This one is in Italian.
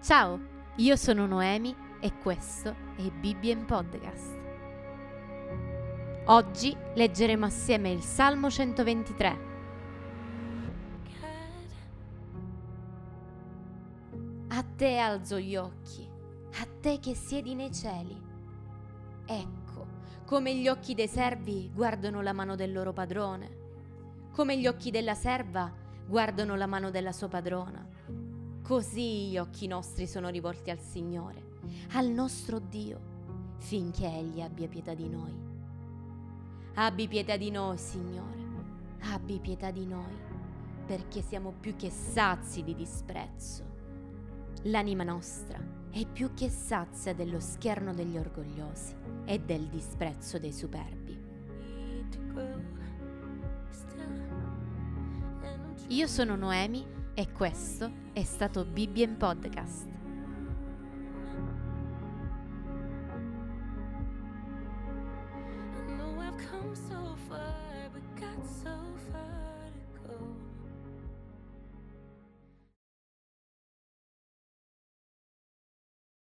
Ciao, io sono Noemi e questo è Bibbia in Podcast. Oggi leggeremo assieme il Salmo 123. A te alzo gli occhi, a te che siedi nei cieli. Ecco, come gli occhi dei servi guardano la mano del loro padrone, come gli occhi della serva guardano la mano della sua padrona. Così gli occhi nostri sono rivolti al Signore, al nostro Dio, finché Egli abbia pietà di noi. Abbi pietà di noi, Signore, abbi pietà di noi, perché siamo più che sazi di disprezzo. L'anima nostra è più che sazia dello scherno degli orgogliosi e del disprezzo dei superbi. Io sono Noemi e questo è stato Bibbia in Podcast. I know I've come so far, but got so far.